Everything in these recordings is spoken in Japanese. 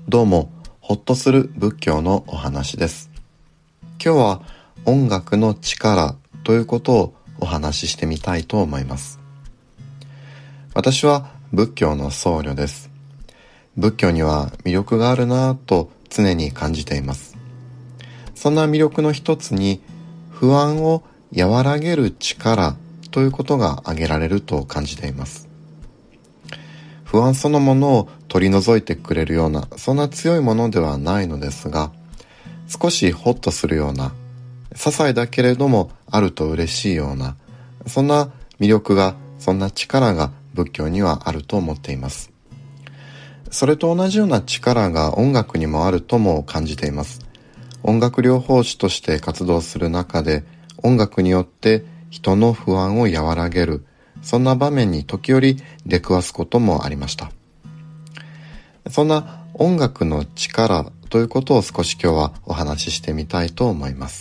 どうも、ほっとする仏教のお話です。今日は音楽の力ということをお話ししてみたいと思います。私は仏教の僧侶です。仏教には魅力があるなぁと常に感じています。そんな魅力の一つに、不安を和らげる力ということが挙げられると感じています。不安そのものを取り除いてくれるような、そんな強いものではないのですが、少しホッとするような、些細だけれどもあると嬉しいような、そんな魅力が、そんな力が仏教にはあると思っています。それと同じような力が音楽にもあるとも感じています。音楽療法士として活動する中で、音楽によって人の不安を和らげる、そんな場面に時折出くわすこともありました。そんな音楽の力ということを少し今日はお話ししてみたいと思います。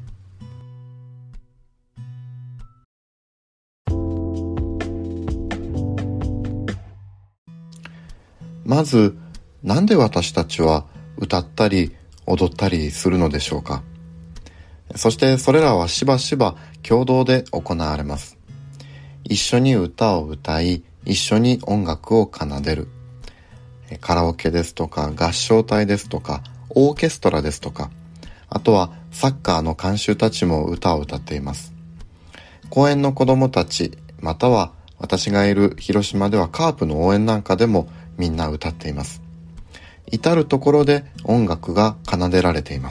まず、なんで私たちは歌ったり踊ったりするのでしょうか。そしてそれらはしばしば共同で行われます。一緒に歌を歌い、一緒に音楽を奏でる。カラオケですとか、合唱隊ですとか、オーケストラですとか、あとはサッカーの観衆たちも歌を歌っています。公園の子供たち、または私がいる広島ではカープの応援なんかでもみんな歌っています。至るところで音楽が奏でられています。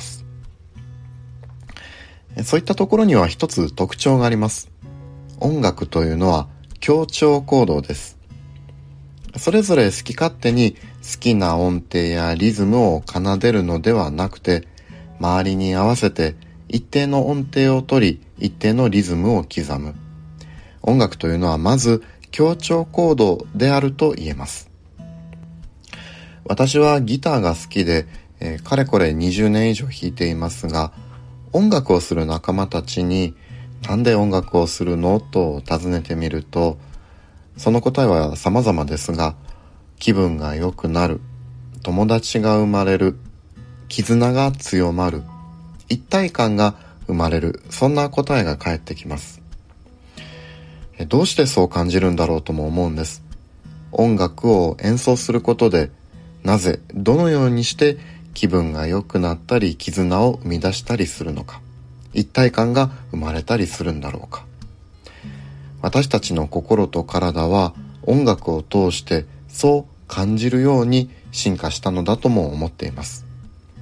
そういったところには一つ特徴があります。音楽というのは協調行動です。それぞれ好き勝手に好きな音程やリズムを奏でるのではなくて、周りに合わせて一定の音程を取り、一定のリズムを刻む。音楽というのはまず協調行動であると言えます。私はギターが好きで、かれこれ20年以上弾いていますが、音楽をする仲間たちになんで音楽をするのと尋ねてみると、その答えは様々ですが、気分が良くなる、友達が生まれる、絆が強まる、一体感が生まれる、そんな答えが返ってきます。どうしてそう感じるんだろうとも思うんです。音楽を演奏することで、なぜ、どのようにして気分が良くなったり、絆を生み出したりするのか。一体感が生まれたりするんだろうか。私たちの心と体は音楽を通してそう感じるように進化したのだとも思っています。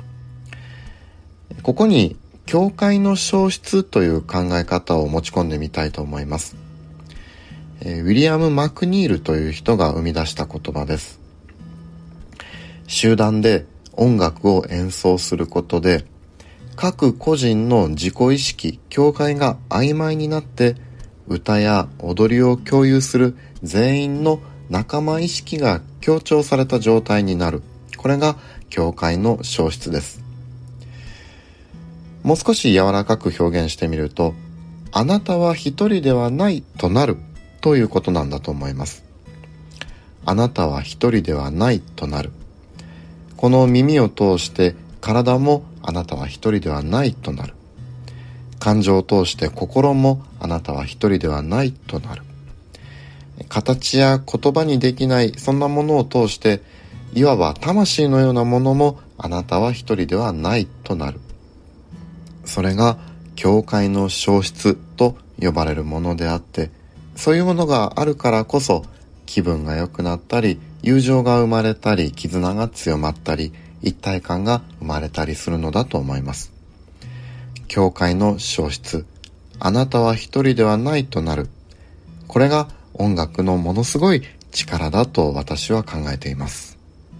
ここに教会の消失という考え方を持ち込んでみたいと思います。ウィリアム・マクニールという人が生み出した言葉です。集団で音楽を演奏することで各個人の自己意識、境界が曖昧になって歌や踊りを共有する全員の仲間意識が強調された状態になる。これが教会の消失です。もう少し柔らかく表現してみると、あなたは一人ではないとなるということなんだと思います。あなたは一人ではないとなる。この耳を通して体もあなたは一人ではないとなる。感情を通して心もあなたは一人ではないとなる。形や言葉にできないそんなものを通していわば魂のようなものもあなたは一人ではないとなる。それが教会の消失と呼ばれるものであって、そういうものがあるからこそ気分が良くなったり、友情が生まれたり、絆が強まったり、一体感が生まれたりするのだと思います。教会の消失、あなたは一人ではないとなる。これが音楽のものすごい力だと私は考えています。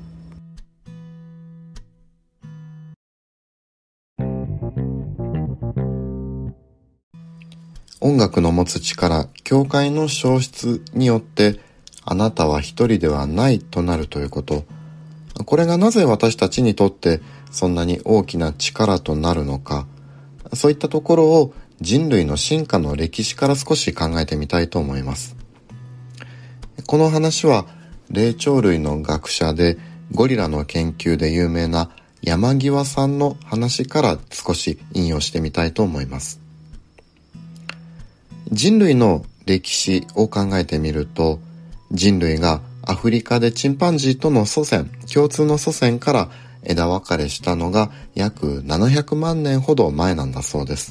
音楽の持つ力、教会の消失によってあなたは一人ではないとなるということ、これがなぜ私たちにとってそんなに大きな力となるのか、そういったところを人類の進化の歴史から少し考えてみたいと思います。この話は霊長類の学者でゴリラの研究で有名な山際さんの話から少し引用してみたいと思います。人類の歴史を考えてみると、人類がアフリカでチンパンジーとの祖先、共通の祖先から枝分かれしたのが約700万年ほど前なんだそうです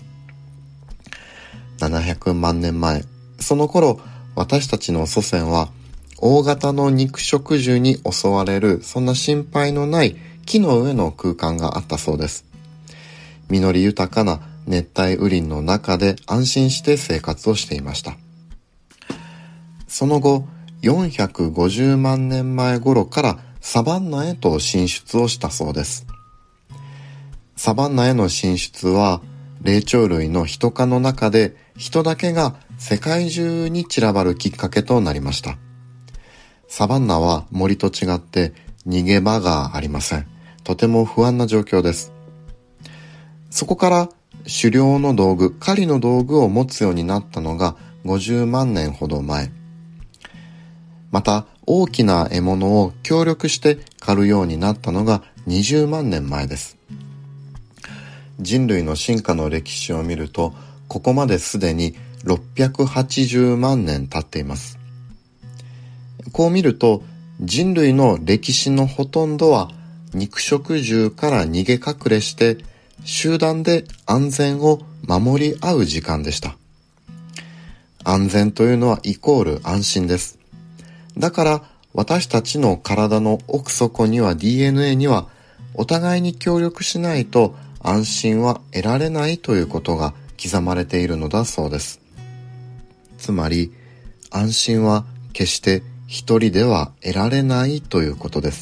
。700万年前、その頃私たちの祖先は大型の肉食獣に襲われる、そんな心配のない木の上の空間があったそうです。実り豊かな熱帯雨林の中で安心して生活をしていました。その後、450万年前頃からサバンナへと進出をしたそうです。サバンナへの進出は、霊長類のヒト科の中で人だけが世界中に散らばるきっかけとなりました。サバンナは森と違って逃げ場がありません。とても不安な状況です。そこから狩猟の道具、狩りの道具を持つようになったのが50万年ほど前。また大きな獲物を協力して狩るようになったのが20万年前です。人類の進化の歴史を見ると、ここまですでに680万年経っています。こう見ると、人類の歴史のほとんどは肉食獣から逃げ隠れして集団で安全を守り合う時間でした。安全というのはイコール安心です。だから私たちの体の奥底には DNA にはお互いに協力しないと安心は得られないということが刻まれているのだそうです。つまり安心は決して一人では得られないということです。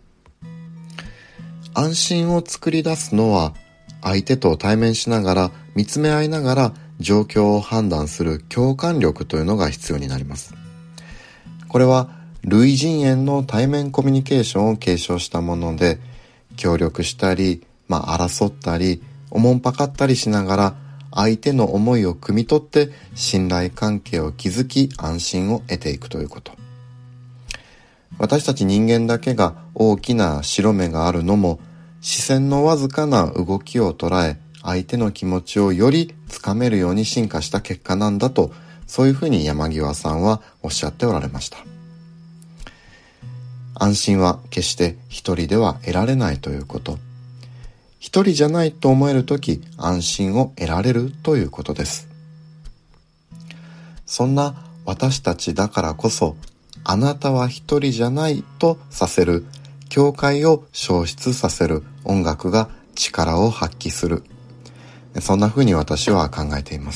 安心を作り出すのは相手と対面しながら見つめ合いながら状況を判断する共感力というのが必要になります。これは類人猿の対面コミュニケーションを継承したもので、協力したり、争ったり、おもんぱかったりしながら相手の思いを汲み取って信頼関係を築き安心を得ていくということ。私たち人間だけが大きな白目があるのも、視線のわずかな動きを捉え相手の気持ちをよりつかめるように進化した結果なんだと、そういうふうに山際さんはおっしゃっておられました。安心は決して一人では得られないということ。一人じゃないと思えるとき安心を得られるということです。そんな私たちだからこそ、あなたは一人じゃないとさせる、境界を消失させる音楽が力を発揮する。そんなふうに私は考えています。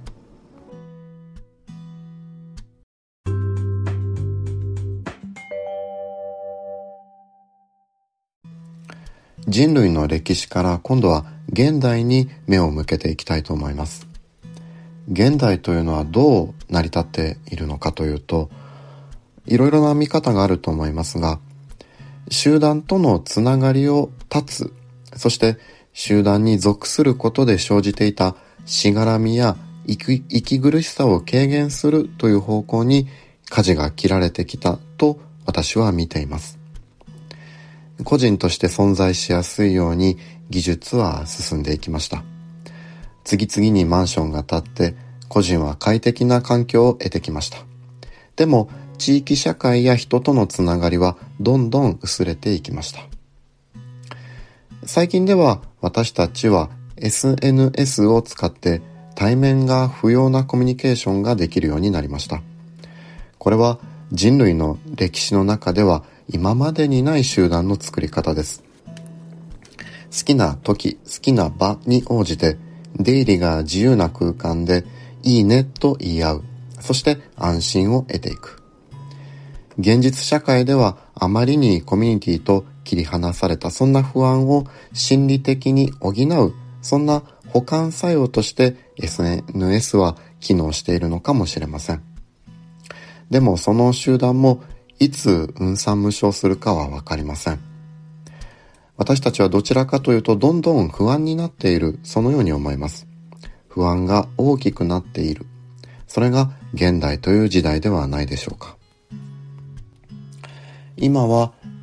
人類の歴史から今度は現代に目を向けていきたいと思います。現代というのはどう成り立っているのかというと、いろいろな見方があると思いますが、集団とのつながりを断つ、そして集団に属することで生じていたしがらみや息苦しさを軽減するという方向に舵が切られてきたと私は見ています。個人として存在しやすいように技術は進んでいきました。次々にマンションが建って個人は快適な環境を得てきました。でも地域社会や人とのつながりはどんどん薄れていきました。最近では私たちは SNS を使って対面が不要なコミュニケーションができるようになりました。これは人類の歴史の中では今までにない集団の作り方です。好きな時、好きな場に応じて出入りが自由な空間でいいねと言い合う。そして安心を得ていく。現実社会ではあまりにコミュニティと切り離されたそんな不安を心理的に補う、そんな補完作用として SNS は機能しているのかもしれません。でもその集団もいつ雲散霧消するかはわかりません。私たちはどちらかというとどんどん不安になっている、そのように思います。不安が大きくなっている。それが現代という時代ではないでしょうか。今は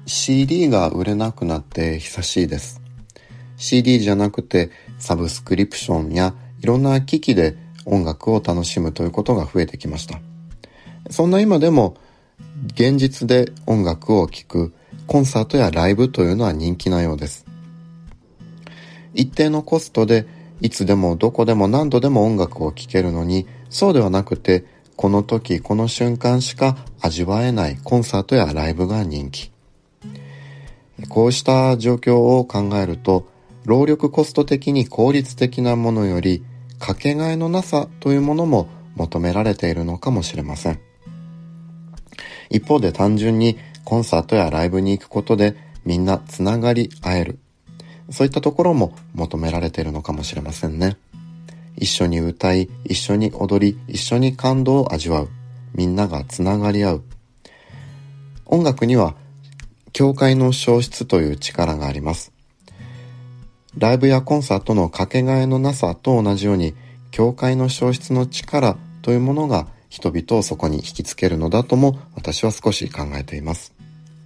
CD が売れなくなって久しいです。CD じゃなくてサブスクリプションやいろんな機器で音楽を楽しむということが増えてきました。そんな今でも現実で音楽を聴くコンサートやライブというのは人気なようです。一定のコストでいつでもどこでも何度でも音楽を聴けるのに、そうではなくてこの時この瞬間しか味わえないコンサートやライブが人気。こうした状況を考えると、労力コスト的に効率的なものよりかけがえのなさというものも求められているのかもしれません。一方で単純にコンサートやライブに行くことでみんなつながり合える、そういったところも求められているのかもしれませんね。一緒に歌い、一緒に踊り、一緒に感動を味わう、みんながつながり合う。音楽には教会の消失という力があります。ライブやコンサートのかけがえのなさと同じように、教会の消失の力というものが人々をそこに引きつけるのだとも私は少し考えています。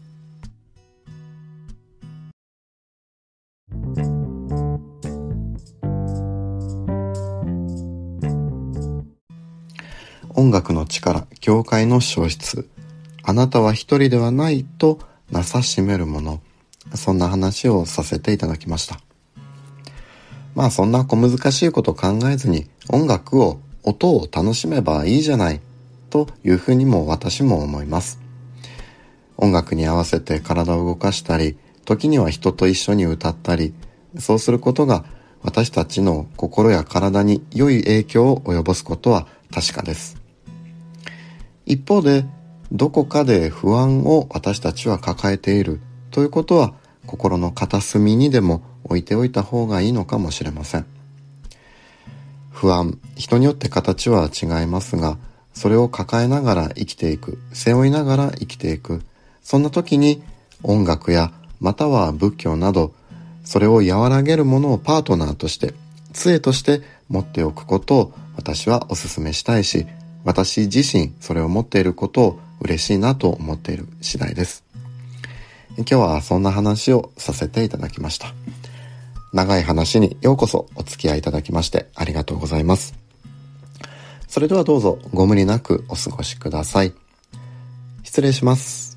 音楽の力、教会の消失。あなたは一人ではないとなさしめるもの。そんな話をさせていただきました。そんな小難しいこと考えずに音を楽しめばいいじゃないというふうにも私も思います。音楽に合わせて体を動かしたり、時には人と一緒に歌ったり、そうすることが私たちの心や体に良い影響を及ぼすことは確かです。一方で、どこかで不安を私たちは抱えているということは、心の片隅にでも置いておいた方がいいのかもしれません。不安、人によって形は違いますが、それを抱えながら生きていく、背負いながら生きていく、そんな時に音楽やまたは仏教など、それを和らげるものをパートナーとして、杖として持っておくことを私はお勧めしたいし、私自身それを持っていることを嬉しいなと思っている次第です。今日はそんな話をさせていただきました。長い話にようこそお付き合いいただきましてありがとうございます。それではどうぞご無理なくお過ごしください。失礼します。